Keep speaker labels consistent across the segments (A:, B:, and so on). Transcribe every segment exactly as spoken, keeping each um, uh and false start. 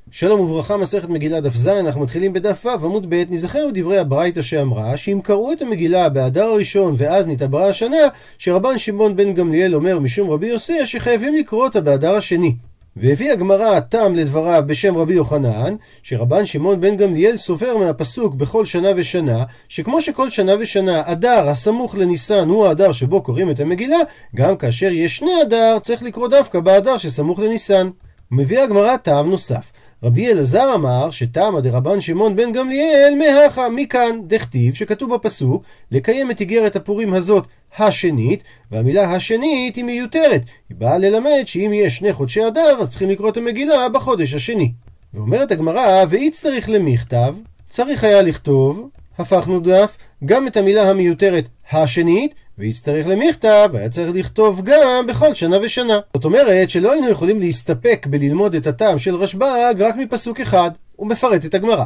A: שלום וברכה, מסכת מגילה דף ז, אנחנו מתחילים בדף ו' עמוד ב'. נזכר בדברי הברייתא שאמרה שאם קראו את המגילה באדר הראשון ואז נתעברה השנה, שרבן שמעון בן גמליאל אומר משום רבי יוסי שחייבים לקרוא אותה באדר השני. והביא הגמרא טעם לדבריו בשם רבי יוחנן, שרבן שמעון בן גמליאל סובר מהפסוק בכל שנה ושנה, שכמו שכל שנה ושנה אדר הסמוך לניסן הוא האדר שבו קוראים את המגילה, גם כאשר יש שני אדר צריך לקרוא דווקא באדר שסמוך לניסן. מביא הגמרא טעם נוסף. רבי אלעזר אמר שטעמא דרבן שמעון בן גמליאל מהכה, מכאן דכתיב שכתוב בפסוק לקיים את איגרת הפורים הזאת השנית, והמילה השנית היא מיותרת, היא באה ללמד שאם יש שני חודשי אדר אז צריכים לקרוא את המגילה בחודש השני. ואומרת הגמרא ואי צריך למכתב, צריך היה לכתוב, הפכנו דף, גם את המילה המיותרת השנית, והצטרך למכתב, היה צריך לכתוב גם בכל שנה ושנה. זאת אומרת שלא היינו יכולים להסתפק בללמוד את הטעם של רשב"ג רק מפסוק אחד. הוא מפרט את הגמרא.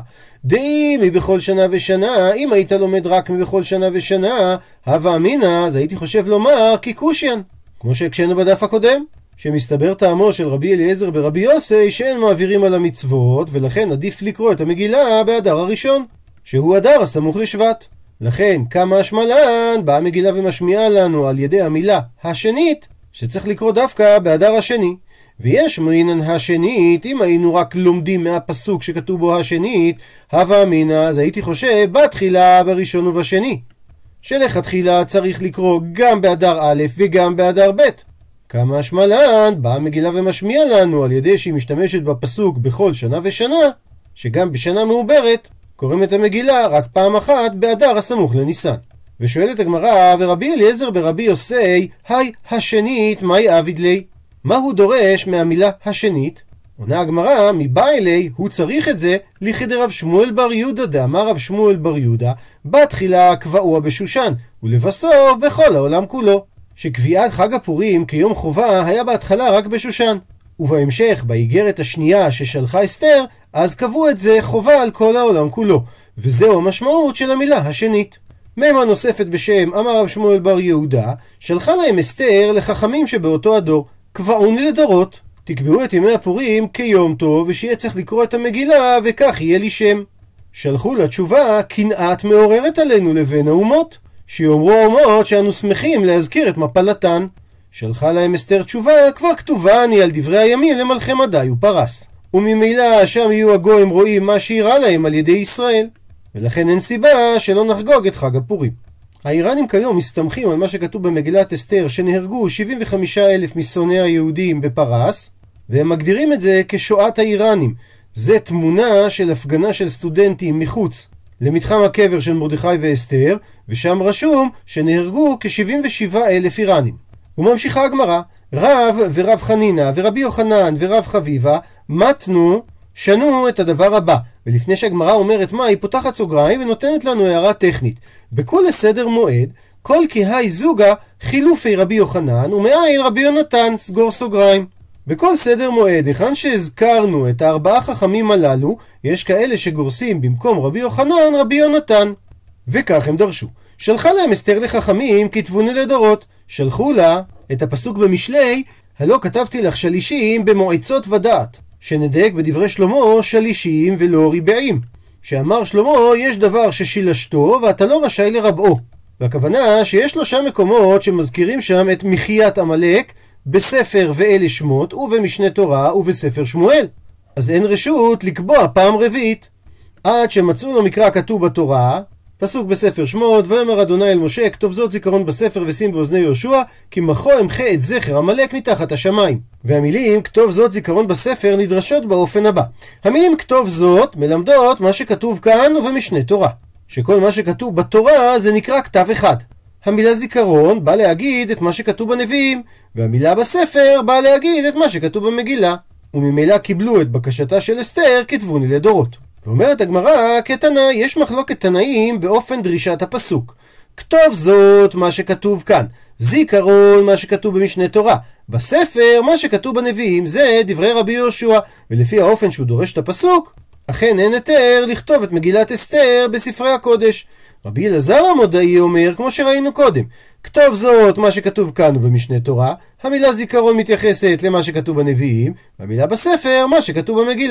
A: דאם מבכל שנה ושנה, אם היית לומד רק מבכל שנה ושנה, הווה אמינא, אז הייתי חושב לומר כי קושיין. כמו שהקשינו בדף הקודם, שמסתבר טעמו של רבי אליעזר ברבי יוסי שאין מעבירים על המצוות, ולכן עדיף לקרוא את המגילה באדר הראשון, שהוא אדר הסמוך לשבט. לכן כמה השמלן באה מגילה ומשמיעה לנו על ידי המילה השנית שצריך לקרוא דווקא באדר השני. ויש מינן השנית, אם היינו רק לומדים מהפסוק שכתוב בו השנית, הווה אמינא, אז הייתי חושב בתחילה בראשון ובשני, שלכתחילה צריך לקרוא גם באדר א' וגם באדר ב'. כמה השמלן באה מגילה ומשמיעה לנו על ידי שהיא משתמשת בפסוק בכל שנה ושנה, שגם בשנה מעוברת קוראים את המגילה רק פעם אחת באדר הסמוך לניסן. ושואלת הגמרא, ורבי אליעזר ברבי יוסי, היי השנית, מהי עביד לי? מה הוא דורש מהמילה השנית? עונה הגמרא, מבא אלי, הוא צריך את זה לכדי רב שמואל בר יהודה, דאמר רב שמואל בר יהודה, בתחילה קבעוה בשושן, ולבסוף בכל העולם כולו. שקביעת חג הפורים כיום חובה היה בהתחלה רק בשושן. ובהמשך, באיגרת השנייה ששלחה אסתר, אז קבעו את זה חובה על כל העולם כולו, וזהו המשמעות של המילה השנית. מימה נוספת בשם אמר רב שמואל בר יהודה, שלחה להם אסתר לחכמים שבאותו הדור, קבעוני לדורות, תקבעו את ימי הפורים כיום טוב, ושיהיה צריך לקרוא את המגילה, וכך יהיה לי שם. שלחו לתשובה, קנאת מעוררת עלינו לבין האומות, שיאמרו האומות שאנו שמחים להזכיר את מפלתן. שלחה להם אסתר תשובה, כבר כתובה אני על דברי הימים למלכי מדי ופרס. וממילא שם יהיו הגויים רואים מה שיראה להם על ידי ישראל, ולכן אין סיבה שלא נחגוג את חג הפורים. האיראנים כיום מסתמכים על מה שכתוב במגילת אסתר שנהרגו שבעים וחמישה אלף משונאי היהודים בפרס, והם מגדירים את זה כשואת האיראנים. זה תמונה של הפגנה של סטודנטים מחוץ למתחם הקבר של מרדכי ואסתר, ושם רשום שנהרגו כ-שבעים ושבעה אלף איראנים. וממשיכה הגמרא, רב ורב חנינה ורבי יוחנן ורב חביבה מתנו, שנו את הדבר הבא. ולפני שהגמרא אומרת מה, היא פותחת סוגריים ונותנת לנו הערה טכנית. בכל הסדר מועד, כל כהי זוגה חילופי רבי יוחנן ומאין רבי יונתן, סגור סוגריים. בכל סדר מועד, היכן שהזכרנו את הארבעה חכמים הללו, יש כאלה שגורסים במקום רבי יוחנן רבי יונתן. וכך הם דרשו. שלחה להם אסתר לחכמים כתבוני לדורות. שלחו לה את הפסוק במשלי, הלא כתבתי לך שלישים במועצות ודעת, שנדייק בדברי שלמה שלישים ולא ריבעים, שאמר שלמה יש דבר ששילשתו ואתה לא רשאי לרבעו. והכוונה שיש שלושה מקומות שמזכירים שם את מחיית עמלק, בספר ואלה שמות ובמשנה תורה ובספר שמואל. אז אין רשות לקבוע פעם רביעית, עד שמצאו לו מקרא כתוב בתורה, פסוק בספר שמות, ואומר אדוני אל משה, כתוב זאת זיכרון בספר ושים באוזני יהושע, כי מחו אמחה את זכר עמלק מתחת השמיים. והמילים כתוב זאת זיכרון בספר נדרשות באופן הבא. המילים כתוב זאת מלמדות מה שכתוב כאן ובמשנה תורה, שכל מה שכתוב בתורה זה נקרא כתב אחד. המילה זיכרון בא להגיד את מה שכתוב בנביאים, והמילה בספר בא להגיד את מה שכתוב במגילה. וממילא קיבלו את בקשתה של אסתר כתבוני לדורות. ואומרת הגמרא, כתנא, יש מחלוקת תנאים באופן דרישת הפסוק. כתוב זאת מה שכתוב כאן, זיכרון מה שכתוב במשנה תורה, בספר מה שכתוב בנביאים, זה דברי רבי יהושע, ולפי האופן שהוא דורש את הפסוק, אכן אין היתר לכתוב את מגילת אסתר בספרי הקודש. רבי אלעזר המודעי אומר, כמו שראינו קודם, כתוב זאת מה שכתוב כאן ובמשנה תורה, המילה זיכרון מתייחסת למה שכתוב בנביאים, והמילה בספר מה שכתוב במגילה.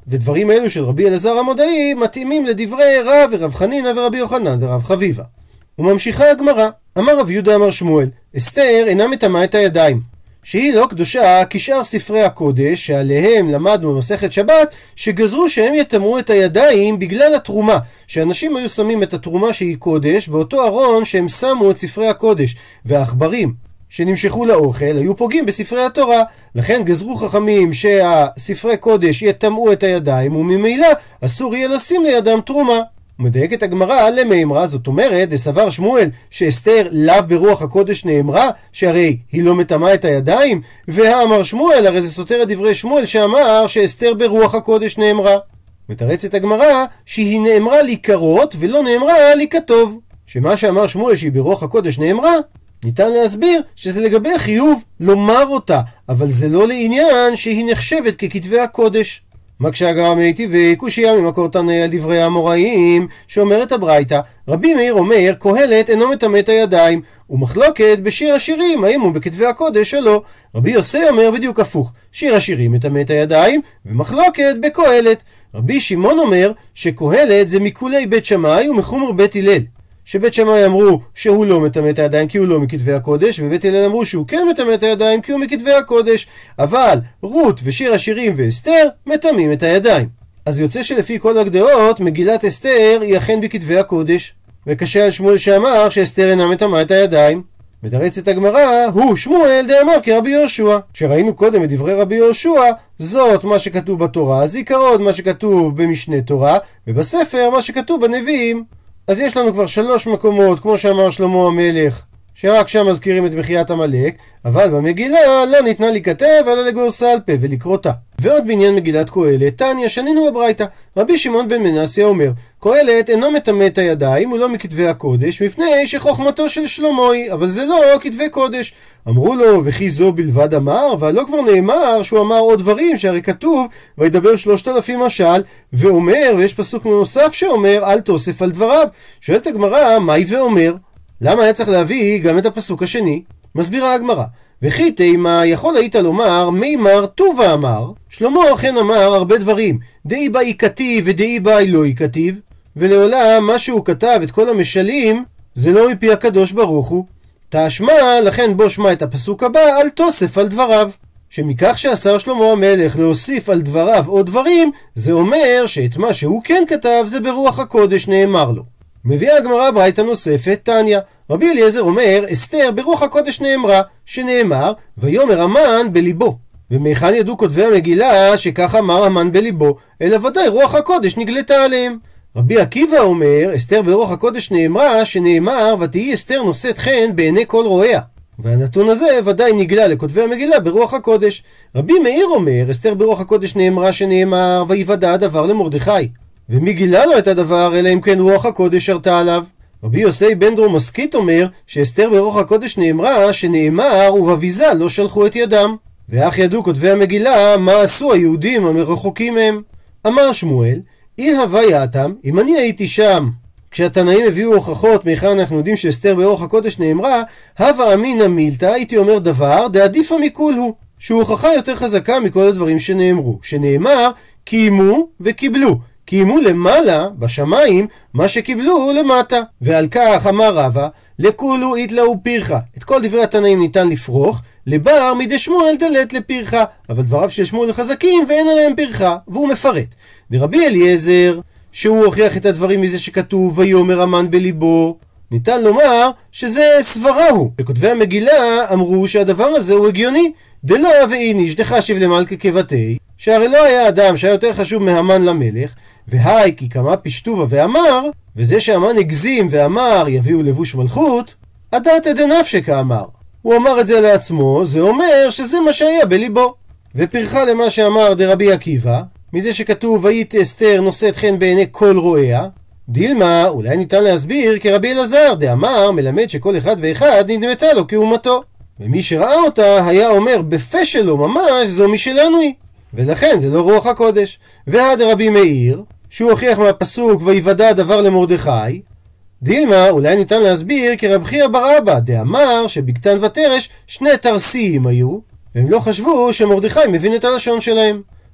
A: ודברים אלו של רבי אלעזר המודעי מתאימים לדברי רב ורב חנינא ורבי יוחנן ורב חביבה. וממשיכה הגמרא, אמר רב יהודה אמר שמואל, אסתר אינה מטמאה את הידיים, שהיא לא קדושה כשאר ספרי הקודש שעליהם למדנו במסכת שבת, שגזרו שהם יטמאו את הידיים בגלל התרומה, שאנשים היו שמים את התרומה שהיא קודש באותו ארון שהם שמו את ספרי הקודש, והעכברים שנמשכו לאוכל היו פוגעים בספרי התורה, לכן גזרו חכמים שהספרי קודש יטמאו את הידיים, וממילא אסור יהיה לשים לידם תרומה. ומדייקת הגמרא למימרא, זאת אומרת, דסבר שמואל שאסתר לאו ברוח הקודש נאמרה, שהרי היא לא מטמאה את הידיים, והאמר שמואל, הרי זה סותר את דברי שמואל שאמר שאסתר ברוח הקודש נאמרה. מתרצת הגמרא שהיא נאמרה לקרות ולא נאמרה לכתוב, שמה שאמר שמואל שהיא ברוח הקודש נאמרה, ניתן להסביר שזה לגבי חיוב לומר אותה, אבל זה לא לעניין שהיא נחשבת ככתבי הקודש. מקשה הגמרא מיטיבי קושיה ממקור תנא על דברי האמוראים, שאומרת הברייתא, רבי מאיר אומר קהלת אינו מטמא את הידיים, ומחלוקת בשיר השירים האם הוא בכתבי הקודש או לא. רבי יוסי אומר בדיוק הפוך, שיר השירים מטמא את הידיים, ומחלוקת בקהלת. רבי שמעון אומר שקהלת זה מכולי בית שמאי ומחומר בית הלל, שבית שמאי אמרו שהוא לא מטמא את הידיים כי הוא לא מכתבי הקודש, ובית הלל אמרו שהוא כן מטמא את הידיים כי הוא מכתבי הקודש, אבל רות ושיר השירים ואסתר מטמאים את הידיים. אז יוצא שלפי כל הדעות מגילת אסתר היא אכן בכתבי הקודש, וקשה על שמואל שאמר שאסתר אינה מטמאה את הידיים. מתרצת הגמרא, הוא שמואל דאמר כרבי יהושע, שראינו קודם את דברי רבי יהושע, זאת מה שכתוב בתורה, זיכרון מה שכתוב במשנה תורה, ובספר מה שכתוב בנביאים. אז יש לנו כבר שלוש מקומות, כמו שאמר שלמה המלך, שרק שם מזכירים את מחיית עמלק, אבל במגילה לא ניתנה להיכתב אלא לגורס על פה ולקרותה. ועוד בעניין מגילת קהלת, תניא שנינו בברייתא, רבי שמעון בן מנסיה אומר, קהלת אינו מטמא את הידיים, הוא לא מכתבי הקודש, מפני שחוכמתו של שלמה היא, אבל זה לא כתבי קודש. אמרו לו, וכי זו בלבד אמר? והלא כבר נאמר שהוא אמר עוד דברים, שהרי כתוב, וידבר שלושת אלפים משל, ואומר, ויש פסוק נוסף שאומר, אל תוסף על דבריו. שואלת הגמרא, מהי ואומר? למה היה צריך להביא גם את הפסוק השני? מסבירה הגמרא, וכי תימה יכול היית לומר מימר טובה אמר, שלמה אכן אמר הרבה דברים, דאי באי כתיב ודאי באי לא יכתיב, ולעולם מה שהוא כתב את כל המשלים זה לא מפי הקדוש ברוך הוא. תשמע, לכן בוא שמע את הפסוק הבא, אל תוסף על דבריו, שמכך שאסר שלמה המלך להוסיף על דבריו עוד דברים, זה אומר שאת מה שהוא כן כתב זה ברוח הקודש נאמר לו. מביאה הגמרא ברייתא נוספת, תניא, רבי אליעזר אומר, אסתר ברוח הקודש נאמרה, שנאמר, ויאמר המן בליבו. ומהיכן ידעו כותבי המגילה שכך אמר המן בליבו, אלא ודאי רוח הקודש נגלתה עליהם. רבי עקיבא אומר, אסתר ברוח הקודש נאמרה, שנאמר, ותהי אסתר נושאת חן בעיני כל רואיה. והנתון הזה ודאי נגלה לכותבי המגילה ברוח הקודש. רבי מאיר אומר, אסתר ברוח הקודש נאמרה, שנאמר, ויוודע הדבר למרדכי. ומי גילה לו את הדבר, אלא אם כן רוח הקודש שרתה עליו? רבי יוסי בן דרום מסקית אומר שאסתר ברוח הקודש נאמרה, שנאמר ובביזה לא שלחו את ידם. ואך ידעו כותבי המגילה מה עשו היהודים המרחוקים מהם. אמר שמואל, אי הווייתם, אם אני הייתי שם כשהתנאים הביאו הוכחות מהיכן אנחנו יודעים שאסתר ברוח הקודש נאמרה, הווה אמינא מילתא, הייתי אומר דבר דעדיפא מכול הוא, שהוא הוכחה יותר חזקה מכל הדברים שנאמרו, שנאמר קיימו וקיבלו, קיימו למעלה בשמיים מה שקיבלו למטה. ועל כך אמר רבא, לכולו איתלאו פירחה, את כל דברי התנאים ניתן לפרוך, לבר מדי שמואל דלת לפירחה, אבל דבריו של שמואל חזקים ואין עליהם פירחה. והוא מפרט, דרבי אליעזר שהוא הוכיח את הדברים מזה שכתוב ויאמר המן בליבו, ניתן לומר שזה סברה הוא, וכותבי המגילה אמרו שהדבר הזה הוא הגיוני, דלא ואיניש דחשיב למלכה כבתי, שהרי לא היה אדם שהיה יותר חשוב מהמן למלך, והי כי כמה פשטובה ואמר, וזה שהמן הגזים ואמר יביאו לבוש מלכות, הדעת דנפשי כאמר. הוא אמר את זה לעצמו, זה אומר שזה מה שהיה בליבו. ופרחה למה שאמר דרבי עקיבא, מזה שכתוב והיית אסתר נושאת חן בעיני כל רואיה, דילמה אולי ניתן להסביר כרבי אלעזר דאמר מלמד שכל אחד ואחד נדמתה לו כאומתו, ומי שראה אותה היה אומר בפה שלו ממש זו משלנו היא, ולכן זה לא רוח הקודש. והד רבי מאיר שהוא הוכיח מהפסוק ויוודע הדבר למרדכי, דילמה אולי ניתן להסביר כרב חייא בר אבא דאמר שבקטן ותרש שני תרסיים היו, והם לא חשבו שמרדכי מבין את הלשון שלהם,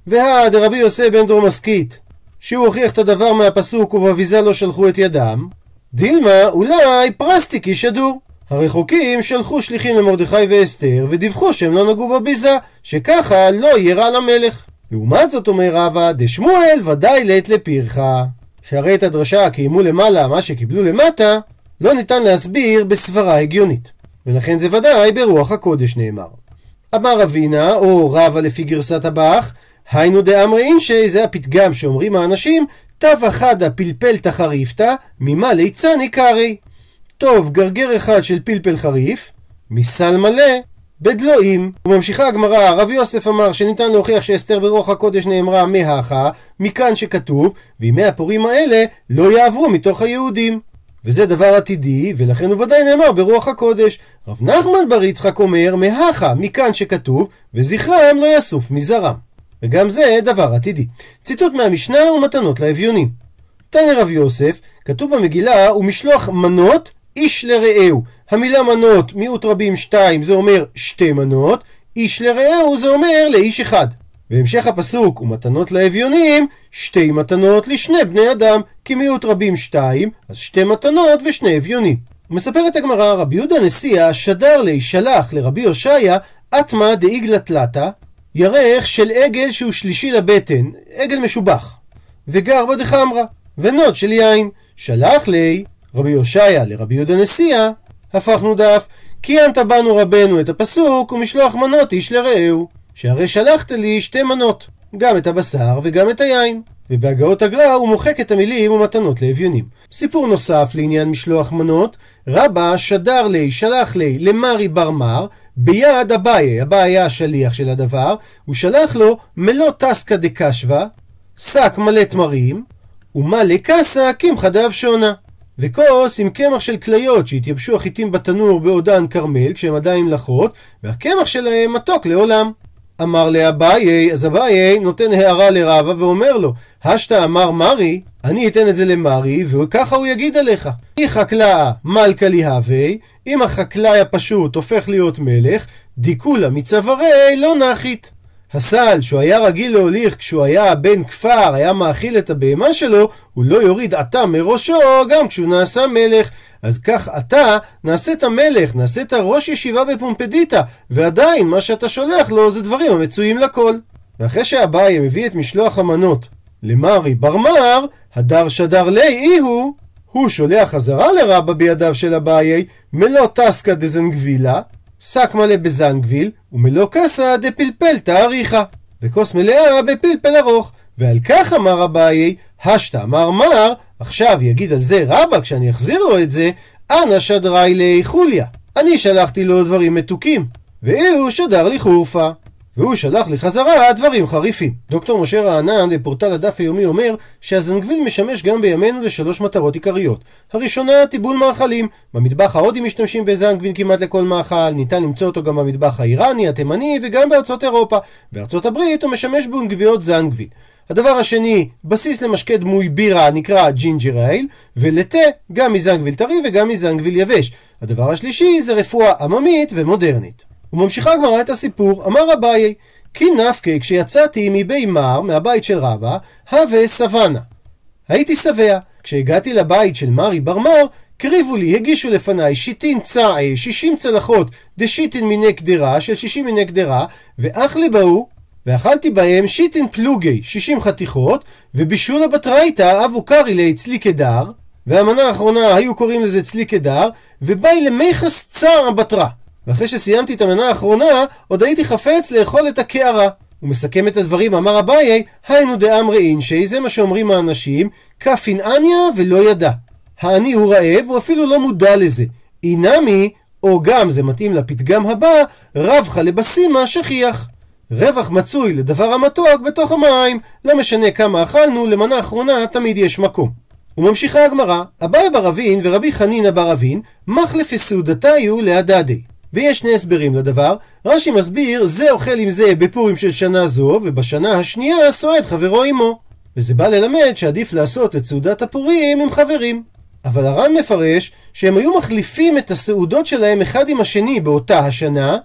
A: והא דרבי יוסי בן דרומסקית, שהוא הוכיח את הדבר מהפסוק ובביזה לא שלחו את ידם, דילמה אולי פרסטיקי שדור, הרחוקים שלחו שליחים למרדכי ואסתר ודיווחו שהם לא נגעו בביזה, שככה לא יהיה רע למלך. לעומת זאת אומר רבא דשמואל ודאי לית לפירחה, שהרי את הדרשה קיימו למעלה מה שקיבלו למטה לא ניתן להסביר בסברה הגיונית, ולכן זה ודאי ברוח הקודש נאמר. אמר רבינה או רבא לפי גרסת הבח, היינו דאמרי אינשי, זה הפתגם שאומרים האנשים, תו אחדה פלפלתא חריפתא ממה ליצן עיקרי, טוב גרגר אחד של פלפל חריף מסל מלא בדלויים. וממשיכה הגמרא, רב יוסף אמר שניתן להוכיח שאסתר ברוח הקודש נאמרה מהכה, מכאן שכתוב וימי הפורים האלה לא יעברו מתוך היהודים, וזה דבר עתידי ולכן הוא ודאי נאמר ברוח הקודש. רב נחמן בר יצחק אומר מהכה, מכאן שכתוב וזכרם לא יסוף מזרם, וגם זה דבר עתידי. ציטוט מהמשנה ומתנות לאביונים. תנא רב יוסף, כתוב במגילה ומשלוח מנות איש לרעהו. המילה מנות מיעוט רבים שתיים, זה אומר שתי מנות, איש לרעהו זה אומר לאיש אחד. בהמשך הפסוק ומתנות לאביונים, שתי מתנות לשני בני אדם, כי מיעוט רבים שתיים, אז שתי מתנות ושני אביונים. ומספרת הגמרא, רבי יהודה נשיאה שדר לי שלח לרבי הושעיה אטמא דאיגלה תלתא, ירך של עגל שהוא שלישי לבטן, עגל משובח, וגר בדחמרה, ונוד של יין. שלח לי רבי הושעיה לרבי יהודה נשיאה, הפכנו דף, קיימת בנו רבנו את הפסוק ומשלוח מנות איש לרעהו, שהרי שלחת לי שתי מנות, גם את הבשר וגם את היין. ובהגאות הגר"א הוא מוחק את המילים ומתנות לאביונים. סיפור נוסף לעניין משלוח מנות, רבא שדר לי, שלח לי למרי בר מר ביד אביי, אביי היה השליח של הדבר, הוא שלח לו מלוא טסקה דקשווה, שק מלא תמרים, ומלא קסה קמחא דאבשונה, וכוס עם קמח של כליות שהתייבשו החיטים בתנור בעודן קרמל כשהם עדיין לחות, והקמח שלהם מתוק לעולם. אמר לאביי, אז אביי נותן הערה לרבא ואומר לו, השתא אמר מרי, אני אתן את זה למרי וככה הוא יגיד עליך. אי חקלאה מלכה לי הווי, אם החקלאי הפשוט הופך להיות מלך, דיקולה מצווארי לא נחית. הסל שהוא היה רגיל להוליך כשהוא היה בן כפר, היה מאכיל את הבהמה שלו, הוא לא יוריד עתה מראשו גם כשהוא נעשה מלך. אז כך אתה נעשית מלך, נעשית ראש ישיבה בפומפדיטה, ועדיין מה שאתה שולח לו זה דברים המצויים לכל. ואחרי שאביי מביא את משלוח המנות למרי בר מר, הדר שדר לי איהו, הוא שולח חזרה לרבא בידיו של אביי מלוא טסקה דזנגבילה, שק מלא בזנגביל, ומלוא קסה דפלפלתא אריכה, וכוס מלאה בפלפל ארוך. ועל כך אמר אביי, השתא אמר מר, עכשיו יגיד על זה רבא כשאני אחזיר לו את זה, אנא שדרי לי חוליה, אני שלחתי לו דברים מתוקים, והוא שדר לי חורפה, והוא שלח לי חזרה דברים חריפים. דוקטור משה רענן בפורטל הדף היומי אומר שהזנגביל משמש גם בימינו לשלוש מטרות עיקריות. הראשונה, טיבול מאכלים. במטבח ההודי משתמשים בזנגביל כמעט לכל מאכל, ניתן למצוא אותו גם במטבח האיראני, התימני וגם בארצות אירופה. בארצות הברית הוא משמש בעוגביות זנגביל. הדבר השני, בסיס למשקה דמוי בירה נקרא ג'ינג'ר אייל, ולתה גם מזנגביל טרי וגם מזנגביל יבש. הדבר השלישי זה רפואה עממית ומודרנית. וממשיכה הגמרא את הסיפור, אמר אביי, כי נפקי כשיצאתי מבי מר, מהבית של רבא, הווה סוונה. הייתי שבע, כשהגעתי לבית של מרי בר מר, קריבו לי, הגישו לפניי שיטין צעי, שישים צלחות, דשיטין מיני קדרה, של שישים מיני קדרה, ואכלי באו, ואכלתי בהם שיטין פלוגי, שישים חתיכות, ובישולה בתרייתא אבו קרי לי צלי קדר, והמנה האחרונה היו קוראים לזה צלי קדר, ובאי למיחס צער בתרה. ואחרי שסיימתי את המנה האחרונה, עוד הייתי חפץ לאכול את הקערה. הוא מסכם את הדברים, אמר אביי, היינו דאמרי אינשי, זה מה שאומרים האנשים, כפין עניה ולא ידע. העני הוא רעב, הוא אפילו לא מודע לזה. אינמי, או גם זה מתאים לפתגם הבא, רבחה לבסימה שכיח. רווח מצוי לדבר המתוק בתוך המים, לא משנה כמה אכלנו, למנה האחרונה תמיד יש מקום. וממשיכה הגמרא, אביי בר אבין ורבי חנינא בר אבין, מחלף סעודתיו להדדי. ויש שני הסברים לדבר. רש"י מסביר, זה אוכל עם זה בפורים של שנה זו, ובשנה השנייה סועד חברו עמו. וזה בא ללמד שעדיף לעשות את סעודת הפורים עם חברים. אבל הר"ן מפרש שהם היו מחליפים את הסעודות שלהם אחד עם השני באותה השנה,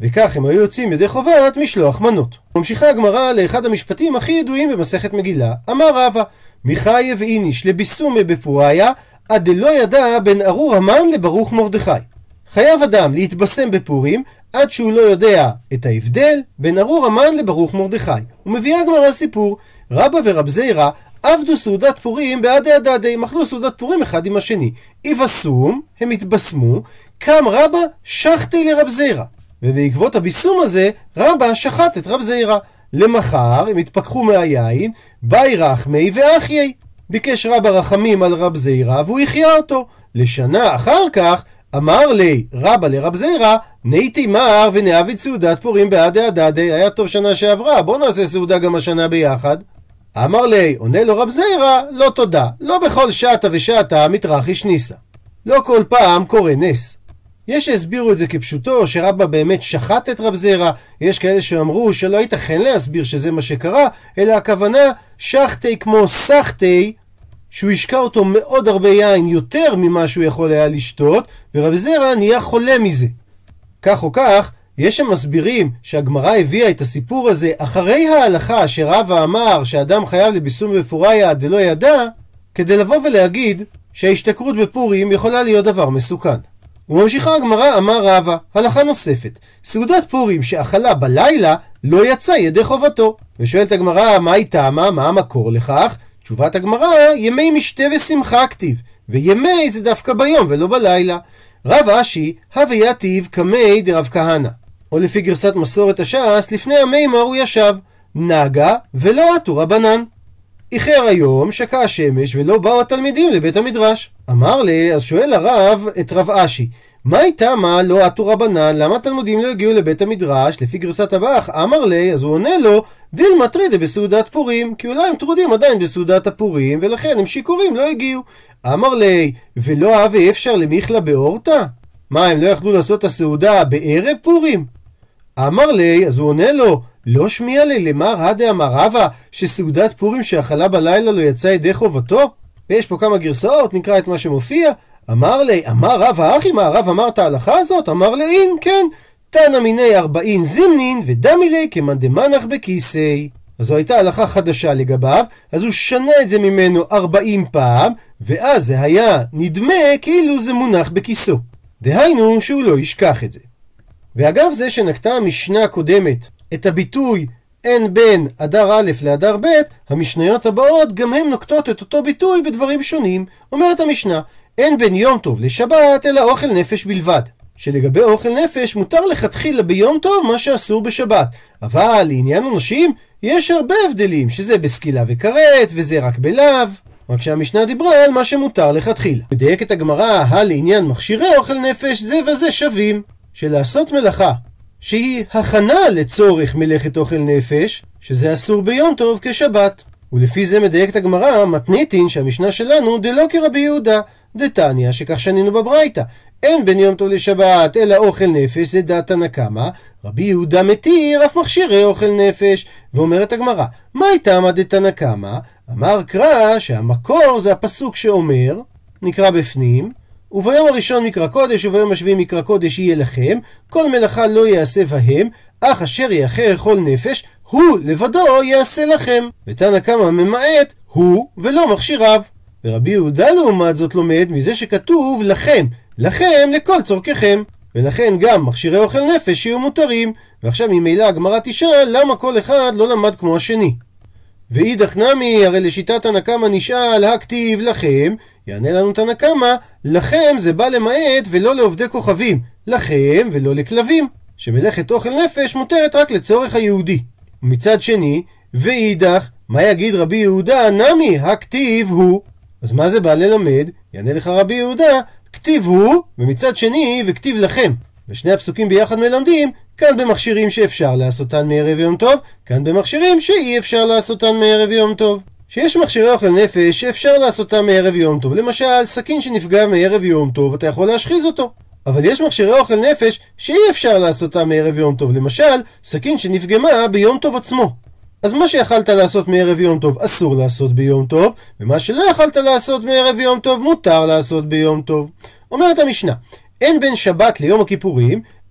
A: וכך הם היו יוצאים ידי חובת משלוח מנות. ממשיכה הגמרא לאחד המשפטים הכי ידועים במסכת מגילה. אמר רבא, מחייב איניש לביסומי בפוריה, עד דלא ידע בין ארור המן לברוך מרדכי. חייב אדם להתבשם בפורים עד שהוא לא יודע את ההבדל בין ארור המן לברוך מרדכי. ומביאה הגמרא סיפור, רבא ורב זירא עבדו סעודת פורים בעדי הדדי, מחלו סעודת פורים אחד עם השני. יבסום, הם התבשמו, קם רבא שחטי לרב זירא, ובעקבות הביסום הזה רבא שחט את רב זירא. למחר הם התפכחו מהיין, באי רחמי ואחיי, ביקש רבא רחמים על רב זירא והוא החיה אותו. לשנה אחר כך אמר לי רבא לרב זירא, ניתי מר ונעביד סעודת פורים בעדי הדדי, היה טוב שנה שעברה, בוא נעשה סעודה גם השנה ביחד. אמר לי, עונה לו רב זירא, לא תודה, לא בכל שעתה ושעתה מתרחיש ניסה, לא כל פעם קורה נס. יש שהסבירו את זה כפשוטו, שרבא באמת שחט את רב זירא, יש כאלה שאמרו שלא ייתכן להסביר שזה מה שקרה, אלא הכוונה שחטי כמו סחטי, שהוא השקע אותו מאוד הרבה יין יותר ממה שהוא יכול היה לשתות, ורב זירא נהיה חולה מזה. כך או כך, יש שמסבירים שהגמרא הביאה את הסיפור הזה אחרי ההלכה שרבא אמר שאדם חייב לביסום בפוריה עד דלא ידע, כדי לבוא ולהגיד שההשתכרות בפורים יכולה להיות דבר מסוכן. וממשיכה הגמרא, אמר רבא, הלכה נוספת, סעודת פורים שאכלה בלילה לא יצא ידי חובתו. ושואלת הגמרא, מה היא טעמה? מה המקור לכך? תשובת הגמרא, ימי משתה ושמחה כתיב, וימי זה דווקא ביום ולא בלילה. רב אשי הווה יתיב קמי דרב כהנא, או לפי גרסת מסורת הש"ס, לפני המימר הוא ישב, נגה ולא עטו רבנן. איחר היום, שקע השמש ולא באו התלמידים לבית המדרש. אמר לי, אז שואל הרב את רב אשי, מה הייתה מה לא עטו רבנן, למה התלמידים לא הגיעו לבית המדרש? לפי גרסת הבח, אמר לי, אז הוא עונה לו, דיל מטרידה בסעודת פורים, כי אולי הם טרודים עדיין בסעודת הפורים ולכן הם שיכורים לא הגיעו. אמר לי, ולא אהבה אפשר למיכלה באורתא? מה, הם לא יכלו לעשות את הסעודה בערב פורים? אמר לי, אז הוא עונה לו, לא שמיע לי למר הדה אמר רבא שסעודת פורים שאכלה בלילה לא יצא ידי חובתו? ויש פה כמה גרסאות, נקרא את מה שמופיע. אמר לי, אמר רבא אחי, מה הרב אמר את ההלכה הזאת? אמר לי, אין, כן, תנא מיני ארבעין זימנין ודמי לי כמאן דמנח בכיסי. אז זו הייתה הלכה חדשה לגביו, אז הוא שנה את זה ממנו ארבעים פעם, ואז זה היה נדמה כאילו זה מונח בכיסו, דהיינו שהוא לא ישכח את זה. ואגב זה שנקטה המשנה הקודמת את הביטוי אין בין אדר א' לאדר ב', המשניות הבאות גם הן נוקטות את אותו ביטוי בדברים שונים. אומרת המשנה, אין בין יום טוב לשבת אלא אוכל נפש בלבד, שלגבי אוכל נפש מותר לכתחילה ביום טוב מה שאסור בשבת, אבל לעניין אנשים יש הרבה הבדלים, שזה בסקילה וכרת וזה רק בלאו, רק שהמשנה דיברה על מה שמותר לכתחילה. מדייקת הגמרא, לעניין מכשירי אוכל נפש זה וזה שווים, שלעשות מלאכה שהיא הכנה לצורך מלאכת אוכל נפש, שזה אסור ביום טוב כשבת. ולפי זה מדייקת הגמרא, מתניתין שהמשנה שלנו דלא כרבי יהודה דתניא, שכך שנינו בברייתא, אין בין יום טוב לשבת אלא אוכל נפש, זה דעת תנא קמא, רבי יהודה מתיר אף מכשירי אוכל נפש. ואומרת הגמרא, מה הייתה מה דתנא קמא? אמר קרא שהמקור זה הפסוק שאומר, נקרא בפנים, וביום הראשון מקרא קודש וביום השביעי מקרא קודש יהיה לכם, כל מלאכה לא יעשה בהם, אך אשר יאחר כל נפש הוא לבדו יעשה לכם. ותנא קמא ממעט הוא ולא מכשיריו. ורבי יהודה לעומת זאת לומד מזה שכתוב לכם, לכם לכל צורככם, ולכן גם מכשירי אוכל נפש יהיו מותרים. ועכשיו ממילא הגמרא תשאל למה כל אחד לא למד כמו השני. ואידך נמי, הרי לשיטת תנא קמא נשאל הכתיב לכם, יענה לנו תנא קמא, לכם זה בא למעט ולא לעובדי כוכבים, לכם ולא לכלבים, שמלאכת אוכל נפש מותרת רק לצורך היהודי. ומצד שני, ואידך, מה יגיד רבי יהודה? נמי, הכתיב הוא. אז מה זה בא ללמד? יענה לך רבי יהודה, כתיב הוא, ומצד שני, וכתיב לכם. ושני הפסוקים ביחד מלמדים, כאן במכשירים שאפשר לעשותן מערב יום טוב, כאן במכשירים שאי אפשר לעשותן מערב יום טוב. שיש מכשירי אוכל נפש שאפשר לעשותן מערב יום טוב, למשל סכין שנפגע מערב יום טוב אתה יכול להשחיז אותו, אבל יש מכשירי אוכל נפש שאי אפשר לעשותן מערב יום טוב, למשל סכין שנפגמה ביום טוב עצמו. אז מה שיכלת לעשות מערב יום טוב אסור לעשות ביום טוב, ומה שלא יכלת לעשות מערב יום טוב מותר לעשות ביום טוב. אומרת המשנה, אין בין שבת ליום הכיפורים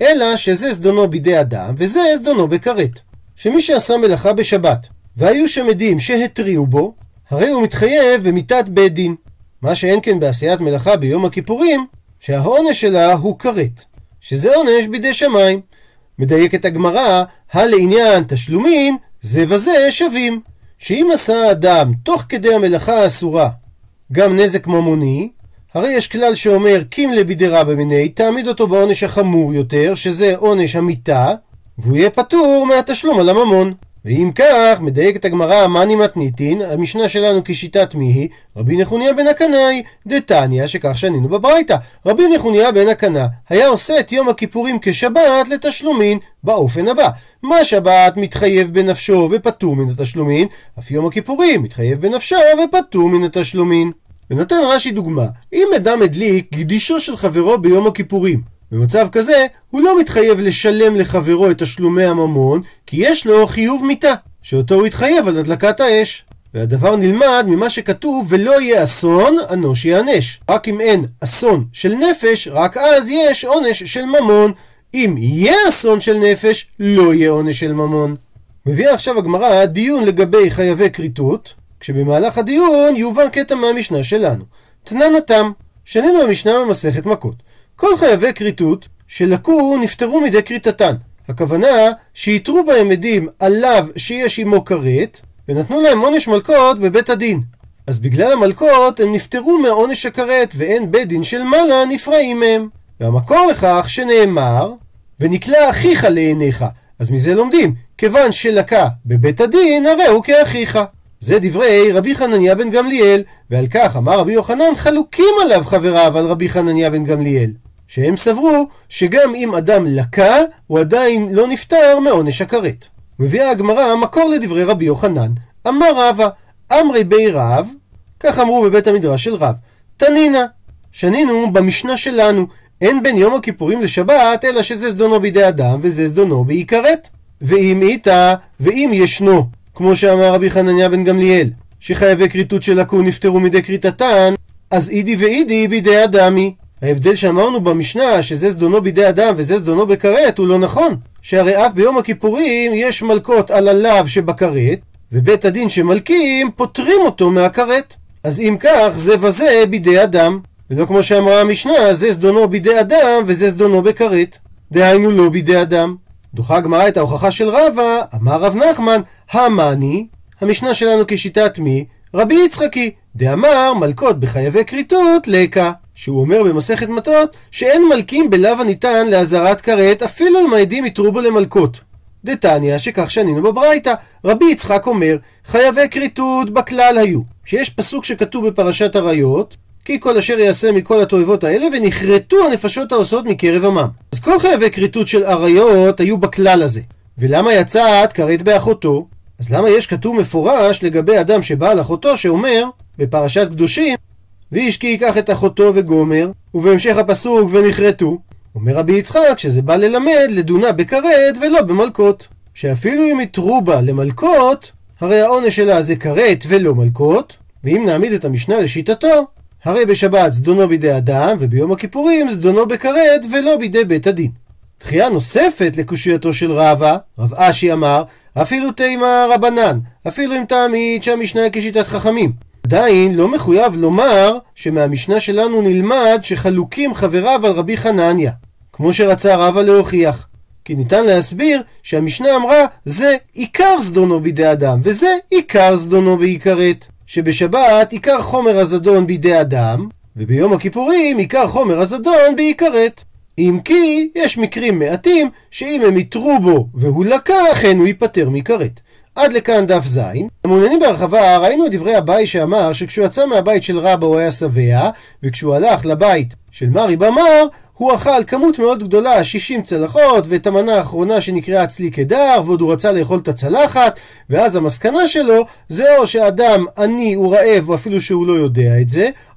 A: אלא שזה זדונו בידי אדם וזה זדונו בכרת. שמי שעשה מלאכה בשבת והיו שם עדים שהתריעו בו, הרי הוא מתחייב במיתת בית דין. מה שאין כן בעשיית מלאכה ביום הכיפורים, שהעונש שלה הוא כרת, שזה עונש בידי שמיים. מדייקת הגמרא, הלעניין תשלומין זה וזה שווים, שאם עשה האדם תוך כדי המלאכה האסורה גם נזק ממוני, הרי יש כלל שאומר קים לבידי רבא מיני, תעמיד אותו בעונש החמור יותר, שזה עונש המיתה, והוא יהיה פטור מהתשלום על הממון. ואם כך, מדייקת הגמרא, מני מתניתין, המשנה שלנו כשיטת מיהי, רבי נחוניה בן הקנאי, דתניא, שכך שנינו בברייתא. רבי נחוניה בן הקנא היה עושה את יום הכיפורים כשבת לתשלומין באופן הבא: מה שבת מתחייב בנפשו ופטור מן התשלומין, אף יום הכיפורים מתחייב בנפשו ופטור מן התשלומין. ונותן רש"י דוגמה: אם אדם הדליק קדישו של חברו ביום הכיפורים, במצב כזה הוא לא מתחייב לשלם לחברו את תשלומי הממון, כי יש לו חיוב מיתה שאותו הוא יתחייב על הדלקת האש. והדבר נלמד ממה שכתוב ולא יהיה אסון אנוש יענש. רק אם אין אסון של נפש, רק אז יש עונש של ממון. אם יהיה אסון של נפש, לא יהיה עונש של ממון. מביאה עכשיו הגמרא דיון לגבי חייבי כריתות, כשבמהלך הדיון יובן קטע מהמשנה שלנו. תנן התם, שנינו במשנה במסכת מכות: כל חייבי כריתות שלקו נפטרו מדי כריתתן. הכוונה שיתרו בהם עדים עליו שיש עמו כרת, ונתנו להם עונש מלכות בבית הדין. אז בגלל המלכות הם נפטרו מעונש הכרת, ואין בית דין של מעלה נפרעים מהם. והמקור לכך שנאמר ונקלה אחיך לעיניך. אז מזה לומדים, כיוון שלקה בבית הדין הרי הוא כאחיך. זה דברי רבי חנניה בן גמליאל, ועל כך אמר רבי יוחנן חלוקים עליו חבריו על רבי חנניה בן גמליאל, שהם סברו שגם אם אדם לקה הוא עדיין לא נפטר מעונש הכרת. מביאה הגמרא מקור לדברי רבי יוחנן: אמר רבא אמרי בי רב, כך אמרו בבית המדרש של רב, תנינה, שנינו במשנה שלנו, אין בין יום הכיפורים לשבת אלא שזה זדונו בידי אדם וזה זדונו בעיקרת. ואם איתה, ואם ישנו, כמו שאמר רבי חנניה בן גמליאל, שחייבי כריתות שלקו נפטרו מדי כריתתן, אז אידי ואידי בידי אדמי. ההבדל שאמרנו במשנה שזה זדונו בידי אדם וזה זדונו בכרת הוא לא נכון, שהרי אף ביום הכיפורים יש מלכות על הלאו שבכרת, ובית הדין שמלכים פותרים אותו מהכרת. אז אם כך זה וזה בידי אדם, ולא כמו שאמרה המשנה זה זדונו בידי אדם וזה זדונו בכרת, דהיינו לא בידי אדם. דוחה הגמרא את ההוכחה של רבא, אמר רב נחמן המני, המשנה שלנו כשיטת מי? רבי יצחקי, דאמר מלכות בחייבי כריתות לקה, שהוא אומר במסכת מטות שאין מלכים בלאו הניתן להזרת כרת אפילו אם העדים יתרו בו למלכות. דתניא, שכך שנינו בברייתא, רבי יצחק אומר חייבי כריתות בכלל היו, שיש פסוק שכתוב בפרשת עריות, כי כל אשר יעשה מכל התועבות האלה ונחרטו הנפשות העושות מקרב עמם. אז כל חייבי כריתות של עריות היו בכלל הזה. ולמה יצאת כרת באחותו? אז למה יש כתוב מפורש לגבי אדם שבא על אחותו שאומר בפרשת קדושים ואיש כי ייקח את אחותו וגומר, ובהמשך הפסוק ונחרטו? אומר רבי יצחק שזה בא ללמד לדונה בכרת ולא במלכות, שאפילו אם יתרו בה למלכות הרי העונש שלה זה כרת ולא מלכות. ואם נעמיד את המשנה לשיטתו, הרי בשבת זדונו בידי אדם וביום הכיפורים זדונו בכרת ולא בידי בית הדין. דחייה נוספת לקושייתו של רבא, רב אשי אמר אפילו תימה רבנן, אפילו אם תעמיד שהמשנה כשיטת חכמים, עדיין לא מחויב לומר שמהמשנה שלנו נלמד שחלוקים חבריו על רבי חנניה, כמו שרצה רבא להוכיח. כי ניתן להסביר שהמשנה אמרה זה עיקר זדונו בידי אדם וזה עיקר זדונו בעיקרת, שבשבת עיקר חומר הזדון בידי אדם וביום הכיפורים עיקר חומר הזדון בעיקרת. אם כי יש מקרים מעטים שאם הם יתרו בו והוא לקה אכן הוא ייפטר מכרת. עד לכאן דף זין. המעוניינים בהרחבה ראינו את דברי אביי שאמר שכשהוא יצא מהבית של רבא הוא היה שבע, וכשהוא הלך לבית של מרי במר הוא אכל כמות מאוד גדולה, שישים צלחות, ואת המנה האחרונה שנקראה צלי קדר, ועוד הוא רצה לאכול את הצלחת, ואז המסקנה שלו זה או שאדם עני הוא רעב או אפילו שהוא לא יודע את זה,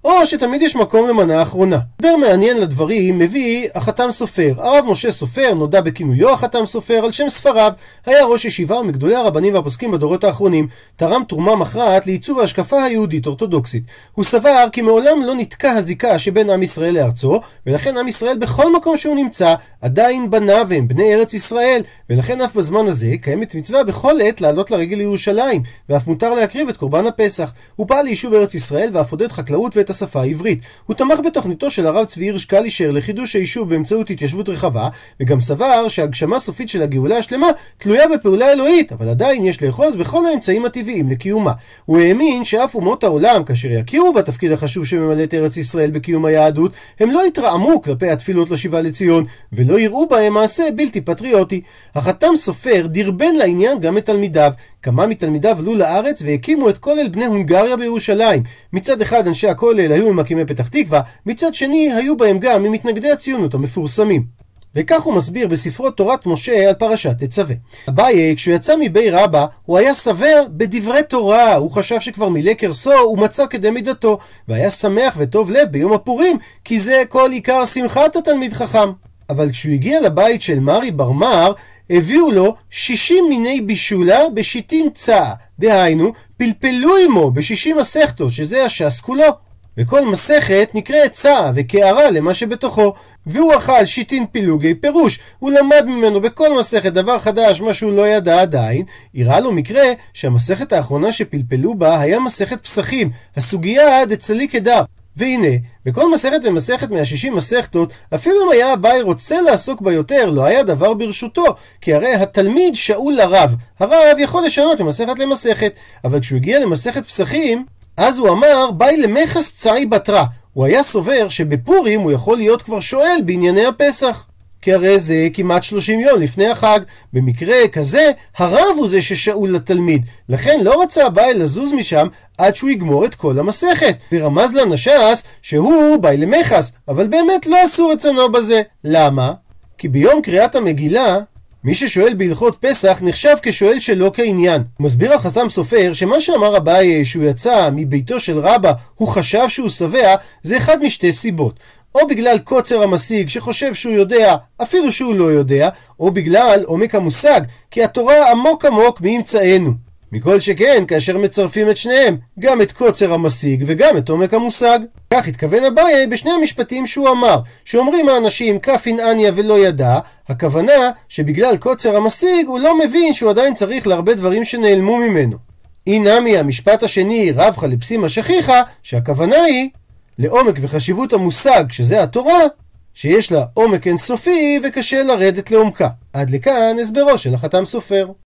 A: או שתמיד יש מקום למנה אחרונה. דבר מעניין לדברים מביא החתם סופר. הרב משה סופר נודע בכינויו החתם סופר על שם ספריו. היה ראש ישיבה ומגדולי הרבנים והפוסקים בדורות האחרונים. תרם תרומה מכרעת לעיצוב ההשקפה היהודית אורתודוקסית. הוא סבר כי מעולם לא נתקע הזיקה שבין עם ישראל לארצו, ולכן עם ישראל בכל מקום שהוא נמצא עדיין בנה והם בני ארץ ישראל, ולכן אף בזמן הזה קיימת מצווה בכל עת לעלות לרגל לירושלים, ואף מותר להקריב את קורבן הפסח. הוא פעל ליישוב ארץ ישראל ואף עודד חקלאות ואת השפה העברית. הוא תמך בתוכניתו של הרב צבי הירש קלישר לחידוש היישוב באמצעות התיישבות רחבה, וגם סבר שהגשמה סופית של הגאולה השלמה תלויה בפעולה אלוהית, אבל עדיין יש לאחוז בכל האמצעים הטבעיים לקיומה. הוא האמין שאף אומות העולם, כאשר יכירו בתפקיד החשוב שממלאת ארץ ישראל בקיום היהדות, הם לא יתרעמו כלפי התפילות לשיבה לציון, ולא יראו בהם מעשה בלתי פטריוטי. החתם סופר דרבן לעניין גם את תלמידיו. כמה מתלמידיו עלו לארץ והקימו את כולל בני הונגריה בירושלים. מצד אחד אנשי הכולל היו ממקימי פתח תקווה, מצד שני היו בהם גם ממתנגדי הציונות המפורסמים. וכך הוא מסביר בספרו תורת משה על פרשת תצווה. אביי, כשהוא יצא מבי רבא, הוא היה שבע בדברי תורה. הוא חשב שכבר מילא קרסו ומצא כדי מידתו, והיה שמח וטוב לב ביום הפורים, כי זה כל עיקר שמחת התלמיד חכם. אבל כשהוא הגיע לבית של מרי ברמר, הביאו לו שישים מיני בישולה בשיטין צעה, דהיינו פלפלו עמו בשישים מסכתות, שזה השס כולו, וכל מסכת נקראת צעה וקערה למה שבתוכו, והוא אכל שיטין פילוגי פירוש. הוא למד ממנו בכל מסכת דבר חדש, מה שהוא לא ידע עדיין. הראה לו מקרה שהמסכת האחרונה שפלפלו בה היה מסכת פסחים, הסוגיה דצליק הדר. והנה, בכל מסכת ומסכת מהשישים מסכתות, אפילו אם היה אביי רוצה לעסוק בה יותר, לא היה דבר ברשותו, כי הרי התלמיד שאול לרב. הרב יכול לשנות ממסכת למסכת, אבל כשהוא הגיע למסכת פסחים, אז הוא אמר, ביי למחס צעי בתרה. הוא היה סובר שבפורים הוא יכול להיות כבר שואל בענייני הפסח, כי הרי זה כמעט שלושים יום לפני החג. במקרה כזה, הרב הוא זה ששאול לתלמיד, לכן לא רצה ביי לזוז משם עד שהוא יגמור את כל המסכת, ורמז לנשס שהוא ביי למחס, אבל באמת לא עשו רצונו בזה. למה? כי ביום קריאת המגילה, מי ששואל בהלכות פסח נחשב כשואל שלא כעניין. מסביר החתם סופר שמה שאמר אביי שהוא יצא מביתו של רבא, הוא חשב שהוא שבע, זה אחד משתי סיבות. או בגלל קוצר המשיג שחושב שהוא יודע אפילו שהוא לא יודע, או בגלל עומק המושג, כי התורה עמוק עמוק מאמצענו. מכל שכן כאשר מצרפים את שניהם, גם את קוצר המשיג וגם את עומק המושג. כך התכוון אביי בשני המשפטים שהוא אמר, שאומרים האנשים כפין עניה ולא ידע, הכוונה שבגלל קוצר המשיג הוא לא מבין שהוא עדיין צריך להרבה דברים שנעלמו ממנו. אינמי המשפט השני רבך לפסימה שכיחה, שהכוונה היא לעומק וחשיבות המושג שזה התורה, שיש לה עומק אינסופי וקשה לרדת לעומקה. עד לכאן הסברו של החתם סופר.